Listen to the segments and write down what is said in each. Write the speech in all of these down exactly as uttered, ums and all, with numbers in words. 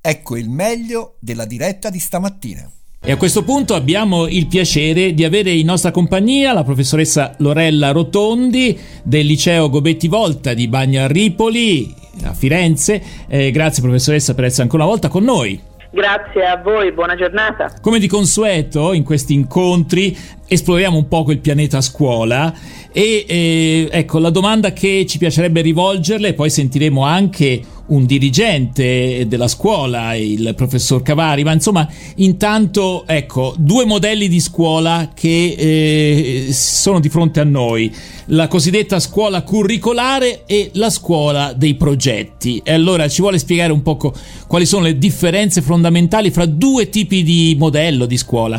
Ecco il meglio della diretta di stamattina. E a questo punto abbiamo il piacere di avere in nostra compagnia la professoressa Lorella Rotondi del liceo Gobetti Volta di Bagno Ripoli a Firenze. Eh, grazie professoressa per essere ancora una volta con noi. Grazie a voi, buona giornata. Come di consueto in questi incontri esploriamo un poco il pianeta scuola e eh, ecco la domanda che ci piacerebbe rivolgerle, poi sentiremo anche un dirigente della scuola, il professor Cavari, ma insomma intanto ecco due modelli di scuola che eh, sono di fronte a noi, la cosiddetta scuola curricolare e la scuola dei progetti. E allora ci vuole spiegare un poco quali sono le differenze fondamentali fra due tipi di modello di scuola?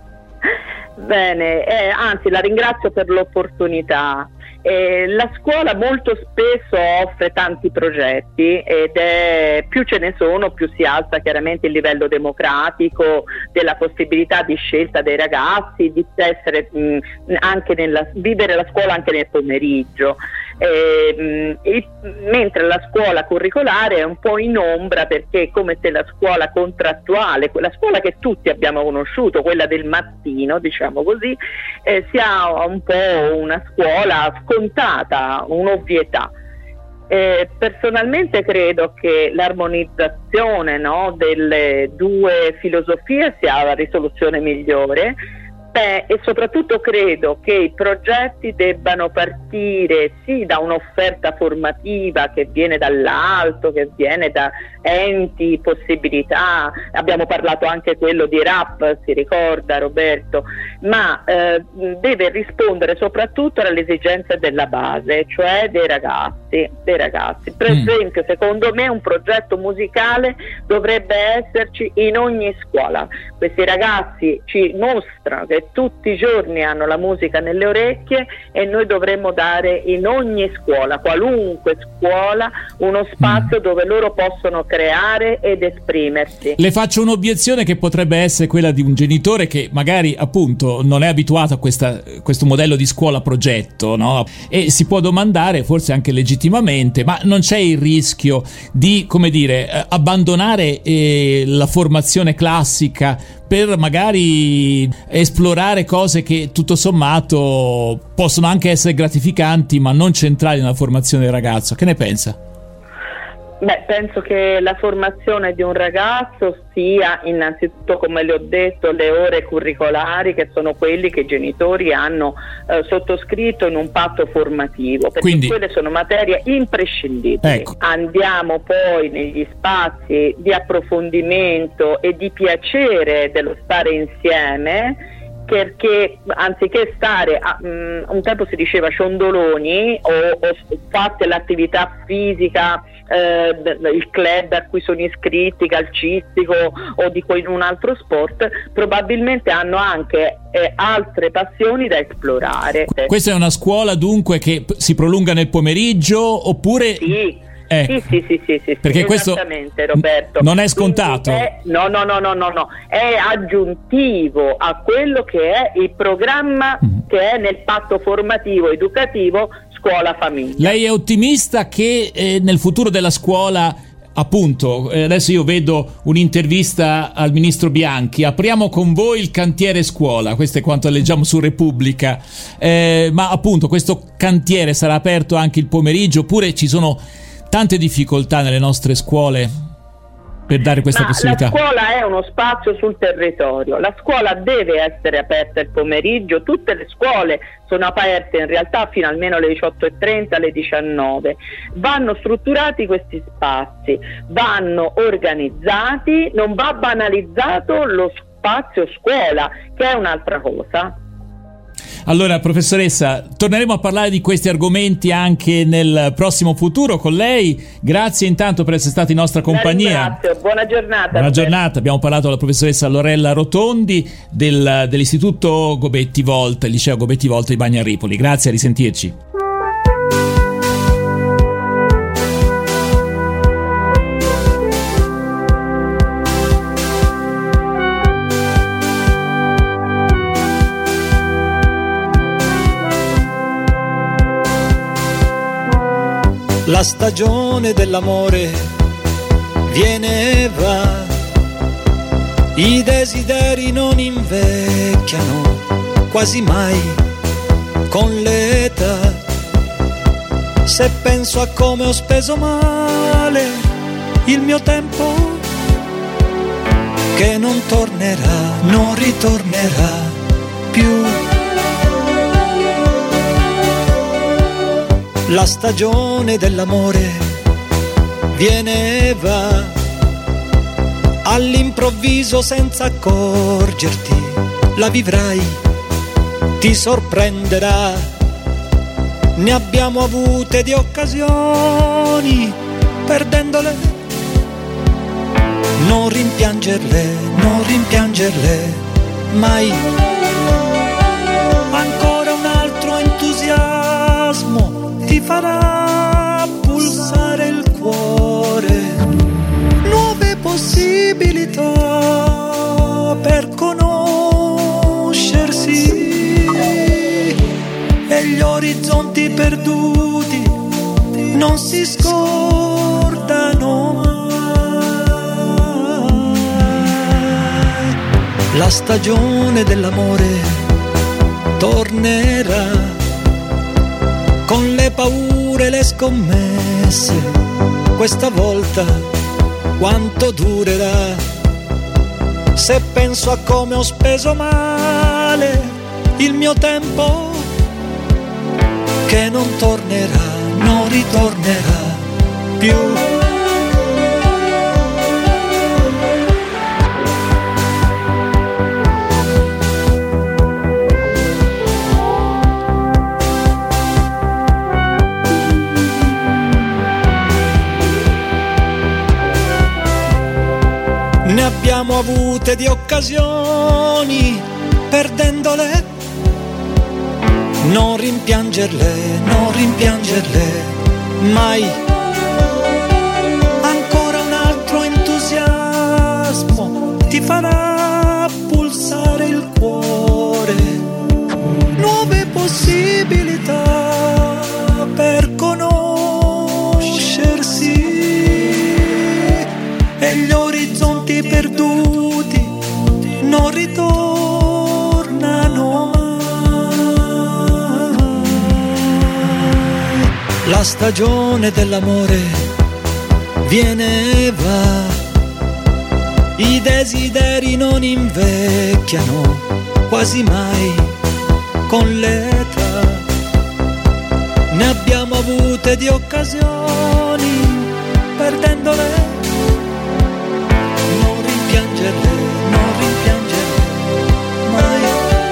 Bene, eh, anzi la ringrazio per l'opportunità. Eh, la scuola molto spesso offre tanti progetti ed è, più ce ne sono più si alza chiaramente il livello democratico della possibilità di scelta dei ragazzi, di essere mh, anche nella, vivere la scuola anche nel pomeriggio. Eh, mh, e, mentre la scuola curricolare è un po' in ombra, perché è come se la scuola contrattuale, quella scuola che tutti abbiamo conosciuto, quella del mattino diciamo così, eh, sia un po' una scuola scontata, un'ovvietà. Eh, personalmente credo che l'armonizzazione, no, delle due filosofie sia la risoluzione migliore. Beh, e soprattutto credo che i progetti debbano partire sì da un'offerta formativa che viene dall'alto, che viene da enti, possibilità, abbiamo parlato anche quello di rap, si ricorda Roberto, ma eh, deve rispondere soprattutto alle esigenze della base, cioè dei ragazzi, dei ragazzi. Per mm. esempio, secondo me un progetto musicale dovrebbe esserci in ogni scuola. Questi ragazzi ci mostrano che tutti i giorni hanno la musica nelle orecchie e noi dovremmo dare in ogni scuola, qualunque scuola, uno spazio mm. dove loro possono creare ed esprimersi. Le faccio un'obiezione che potrebbe essere quella di un genitore che magari appunto non è abituato a questa, questo modello di scuola progetto, no? E si può domandare, forse anche legittimamente, ma non c'è il rischio di, come dire, abbandonare eh, la formazione classica per magari esplorare cose che tutto sommato possono anche essere gratificanti ma non centrali nella formazione del ragazzo? Che ne pensa? Beh, penso che la formazione di un ragazzo sia innanzitutto, come le ho detto, le ore curricolari, che sono quelli che i genitori hanno eh, sottoscritto in un patto formativo, perché quindi quelle sono materie imprescindibili. Ecco. Andiamo poi negli spazi di approfondimento e di piacere dello stare insieme, perché anziché stare a, um, un tempo si diceva ciondoloni o, o fatte l'attività fisica, eh, il club a cui sono iscritti, calcistico o di in un altro sport, probabilmente hanno anche eh, altre passioni da esplorare. Questa è una scuola dunque che si prolunga nel pomeriggio oppure... Sì. Eh, sì, sì, sì, sì, sì, perché sì, esattamente, Roberto. Non è scontato. È, no, no, no, no, no, no, è aggiuntivo a quello che è il programma mm. che è nel patto formativo educativo scuola-famiglia. Lei è ottimista che eh, nel futuro della scuola, appunto, eh, adesso io vedo un'intervista al ministro Bianchi, apriamo con voi il cantiere scuola, questo è quanto leggiamo su Repubblica, eh, ma appunto questo cantiere sarà aperto anche il pomeriggio oppure ci sono tante difficoltà nelle nostre scuole per dare questa Ma possibilità? La scuola è uno spazio sul territorio, la scuola deve essere aperta il pomeriggio, tutte le scuole sono aperte in realtà fino almeno alle diciotto e trenta, alle diciannove. Vanno strutturati questi spazi, vanno organizzati, non va banalizzato lo spazio scuola, che è un'altra cosa. Allora, professoressa, torneremo a parlare di questi argomenti anche nel prossimo futuro con lei. Grazie intanto per essere stata in nostra compagnia. Grazie, buona giornata. Buona giornata, abbiamo parlato con la professoressa Lorella Rotondi del, dell'Istituto Gobetti Volta, il liceo Gobetti Volta di Bagno Ripoli. Grazie, a risentirci. La stagione dell'amore viene e va, desideri non invecchiano quasi mai con l'età. Se penso a come ho speso male il mio tempo, che non tornerà, non ritornerà più. La stagione dell'amore viene e va all'improvviso senza accorgerti, la vivrai, ti sorprenderà. Ne abbiamo avute di occasioni, perdendole. Non rimpiangerle, non rimpiangerle mai. Ancora un altro entusiasmo ti farà pulsare il cuore. Nuove possibilità per conoscersi e gli orizzonti perduti non si scordano mai. La stagione dell'amore tornerà con le paure e le scommesse. Questa volta quanto durerà? Se penso a come ho speso male il mio tempo, che non tornerà, non ritornerà più. Ne abbiamo avute di occasioni, perdendole. Non rimpiangerle, non rimpiangerle mai. Ancora un altro entusiasmo ti farà pulsare il cuore. Nuove possibilità per conoscersi e gli orizzonti perduti non ritornano mai. La stagione dell'amore viene e va, i desideri non invecchiano quasi mai con l'età. Ne abbiamo avute di occasioni, perdendole. Non rimpiangerle, non rimpiangerle mai.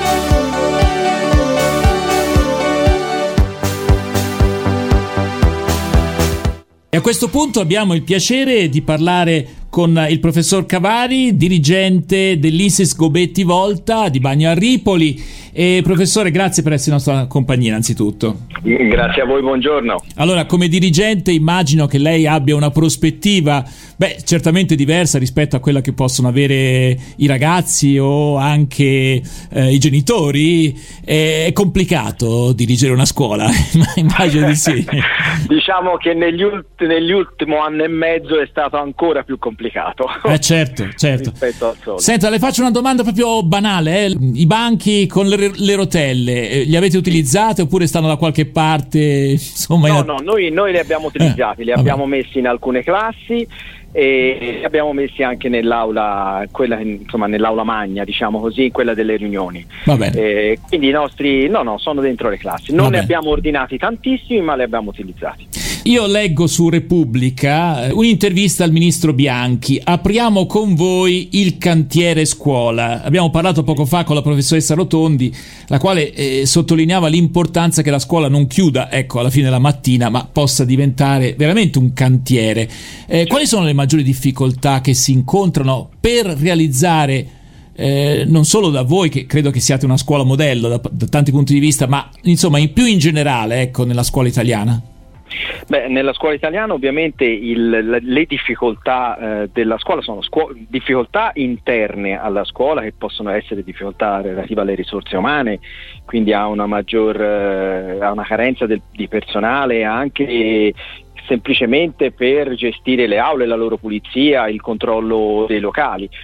E a questo punto abbiamo il piacere di parlare con il professor Cavari, dirigente dell'Isis Gobetti Volta di Bagno a Ripoli. E professore, grazie per essere in nostra compagnia innanzitutto. Grazie a voi, buongiorno. Allora, come dirigente immagino che lei abbia una prospettiva, beh, certamente diversa rispetto a quella che possono avere i ragazzi o anche eh, i genitori. È complicato dirigere una scuola, immagino di sì. Diciamo che negli, ult- negli ultimi anno e mezzo è stato ancora più complicato. Eh certo, certo. Rispetto al solito. Senta, le faccio una domanda proprio banale, eh? I banchi con le, le rotelle, eh, li avete utilizzati oppure stanno da qualche parte? Insomma, no, in... no, noi, noi li abbiamo utilizzati, eh, li abbiamo vabbè. messi in alcune classi e li abbiamo messi anche nell'aula, quella, insomma, nell'aula magna, diciamo così, quella delle riunioni. Va bene. Eh, quindi i nostri, no, no, sono dentro le classi. Non Va ne bene. abbiamo ordinati tantissimi, ma li abbiamo utilizzati. Io leggo su Repubblica un'intervista al ministro Bianchi. Apriamo con voi il cantiere scuola. Abbiamo parlato poco fa con la professoressa Rotondi, la quale eh, sottolineava l'importanza che la scuola non chiuda, ecco, alla fine della mattina, ma possa diventare veramente un cantiere. Eh, quali sono le maggiori difficoltà che si incontrano per realizzare, eh, non solo da voi, che credo che siate una scuola modello da, da tanti punti di vista, ma insomma in più in generale, ecco, nella scuola italiana? Beh, nella scuola italiana ovviamente il, le difficoltà eh, della scuola sono scu- difficoltà interne alla scuola, che possono essere difficoltà relative alle risorse umane, quindi a una maggior eh, a una carenza del, di personale, anche semplicemente per gestire le aule, la loro pulizia, il controllo dei locali.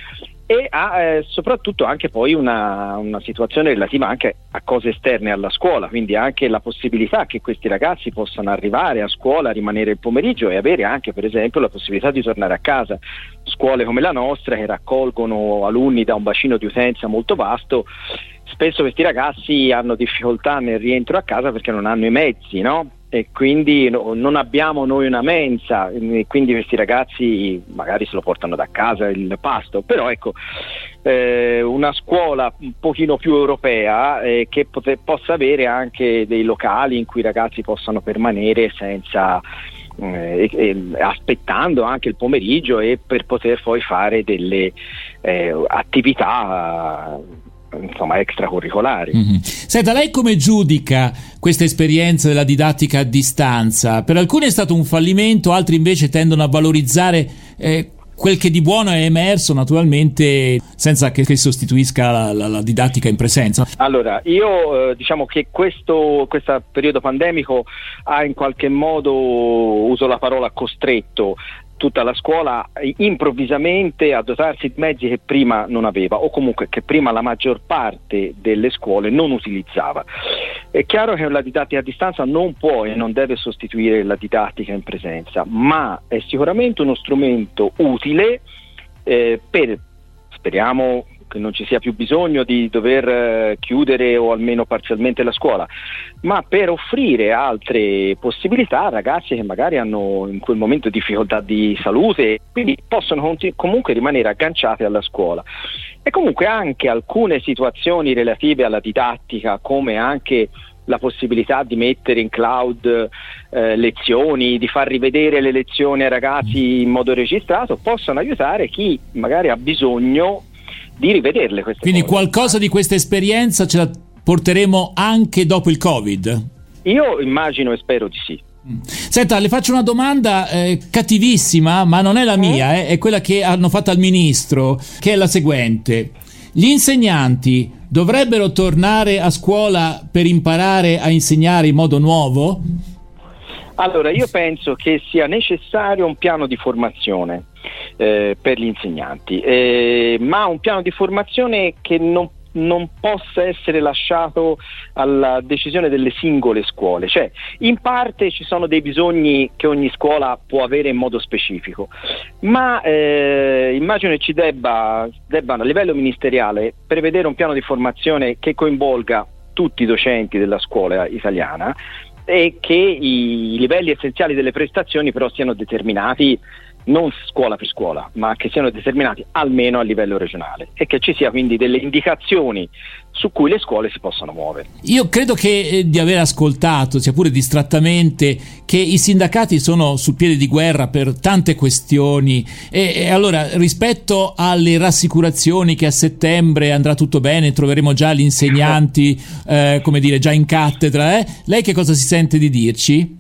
e ha eh, soprattutto anche poi una, una situazione relativa anche a cose esterne alla scuola, quindi anche la possibilità che questi ragazzi possano arrivare a scuola, rimanere il pomeriggio e avere anche per esempio la possibilità di tornare a casa. Scuole come la nostra che raccolgono alunni da un bacino di utenza molto vasto, spesso questi ragazzi hanno difficoltà nel rientro a casa perché non hanno i mezzi, no? E quindi no, non abbiamo noi una mensa, quindi questi ragazzi magari se lo portano da casa il pasto, però ecco eh, una scuola un pochino più europea eh, che pot- possa avere anche dei locali in cui i ragazzi possano permanere senza eh, eh, aspettando anche il pomeriggio e per poter poi fare delle eh, attività insomma extracurricolari. Mm-hmm. Senta, lei come giudica questa esperienza della didattica a distanza? Per alcuni è stato un fallimento, altri invece tendono a valorizzare eh, quel che di buono è emerso, naturalmente senza che, che sostituisca la, la, la didattica in presenza. Allora, io eh, diciamo che questo, questo periodo pandemico ha in qualche modo, uso la parola costretto, tutta la scuola improvvisamente a dotarsi di mezzi che prima non aveva, o comunque che prima la maggior parte delle scuole non utilizzava. È chiaro che la didattica a distanza non può e non deve sostituire la didattica in presenza, ma è sicuramente uno strumento utile eh, per, speriamo che non ci sia più bisogno di dover eh, chiudere o almeno parzialmente la scuola, ma per offrire altre possibilità a ragazzi che magari hanno in quel momento difficoltà di salute, quindi possono continu- comunque rimanere agganciati alla scuola. E comunque anche alcune situazioni relative alla didattica, come anche la possibilità di mettere in cloud eh, lezioni, di far rivedere le lezioni ai ragazzi in modo registrato, possono aiutare chi magari ha bisogno di rivederle queste Quindi cose. Qualcosa di questa esperienza ce la porteremo anche dopo il Covid? Io immagino e spero di sì. Senta, le faccio una domanda eh, cattivissima, ma non è la mia, eh, è quella che hanno fatto al ministro, che è la seguente: gli insegnanti dovrebbero tornare a scuola per imparare a insegnare in modo nuovo? Allora, io penso che sia necessario un piano di formazione eh, per gli insegnanti, eh, ma un piano di formazione che non, non possa essere lasciato alla decisione delle singole scuole. Cioè, in parte ci sono dei bisogni che ogni scuola può avere in modo specifico, ma eh, immagino che ci debba, debba a livello ministeriale prevedere un piano di formazione che coinvolga tutti i docenti della scuola italiana e che i livelli essenziali delle prestazioni però siano determinati non scuola per scuola, ma che siano determinati almeno a livello regionale e che ci sia quindi delle indicazioni su cui le scuole si possano muovere. Io credo che eh, di aver ascoltato, sia pure distrattamente, che i sindacati sono sul piede di guerra per tante questioni e, e allora rispetto alle rassicurazioni che a settembre andrà tutto bene, troveremo già gli insegnanti eh, come dire già in cattedra, eh? Lei che cosa si sente di dirci?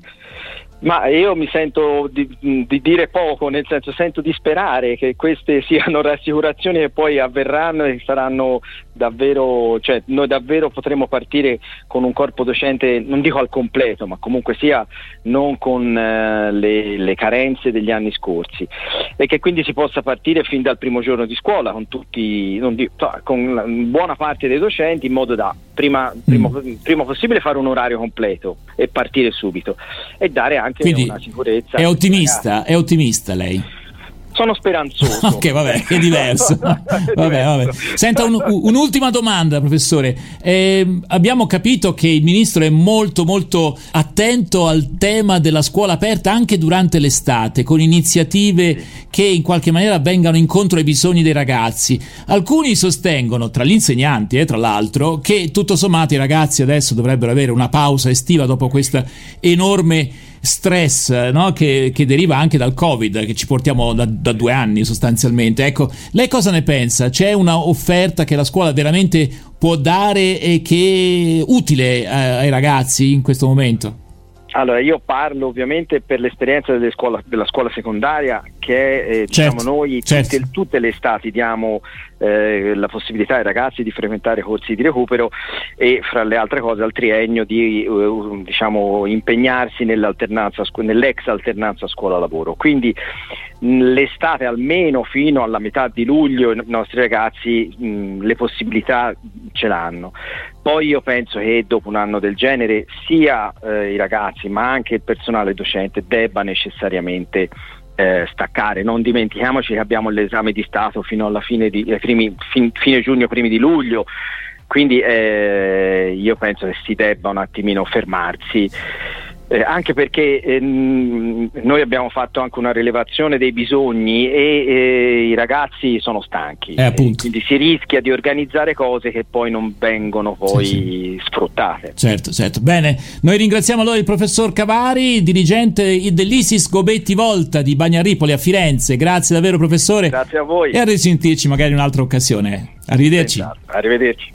Ma io mi sento di, di dire poco, nel senso sento di sperare che queste siano rassicurazioni che poi avverranno e saranno davvero, cioè noi davvero potremo partire con un corpo docente, non dico al completo, ma comunque sia non con eh, le, le carenze degli anni scorsi, e che quindi si possa partire fin dal primo giorno di scuola con tutti, non dico, con buona parte dei docenti, in modo da prima, prima, mm. prima possibile fare un orario completo e partire subito e dare anche quindi una sicurezza. È ottimista, è ottimista lei? Sono speranzoso. Ok, vabbè, è diverso. vabbè, vabbè. Senta, un, un'ultima domanda, professore. Eh, abbiamo capito che il ministro è molto, molto attento al tema della scuola aperta anche durante l'estate, con iniziative che in qualche maniera vengano incontro ai bisogni dei ragazzi. Alcuni sostengono, tra gli insegnanti, eh, tra l'altro, che tutto sommato i ragazzi adesso dovrebbero avere una pausa estiva dopo questa enorme stress, no? che, che deriva anche dal Covid, che ci portiamo da, da due anni sostanzialmente. Ecco, lei cosa ne pensa? C'è una offerta che la scuola veramente può dare e che è utile eh, ai ragazzi in questo momento? Allora, io parlo ovviamente per l'esperienza delle scuola, della scuola secondaria, che eh, diciamo certo, noi certo. tutte, tutte le estati diamo eh, la possibilità ai ragazzi di frequentare corsi di recupero e, fra le altre cose, al triennio di eh, diciamo impegnarsi nell'alternanza, nell'ex alternanza scuola-lavoro. Quindi l'estate almeno fino alla metà di luglio i nostri ragazzi mh, le possibilità ce l'hanno. Poi io penso che dopo un anno del genere sia eh, i ragazzi ma anche il personale docente debba necessariamente eh, staccare. Non dimentichiamoci che abbiamo l'esame di Stato fino alla fine di eh, primi, fin, fine giugno, primi di luglio, quindi eh, io penso che si debba un attimino fermarsi. Eh, anche perché ehm, noi abbiamo fatto anche una rilevazione dei bisogni e eh, i ragazzi sono stanchi, eh, appunto. quindi si rischia di organizzare cose che poi non vengono poi sì, sì. sfruttate. Certo, certo. Bene, noi ringraziamo allora il professor Cavari, dirigente dell'I S I S Gobetti Volta di Bagnaripoli a Firenze. Grazie davvero professore. Grazie a voi. E a risentirci magari in un'altra occasione. Arrivederci. Esatto. Arrivederci.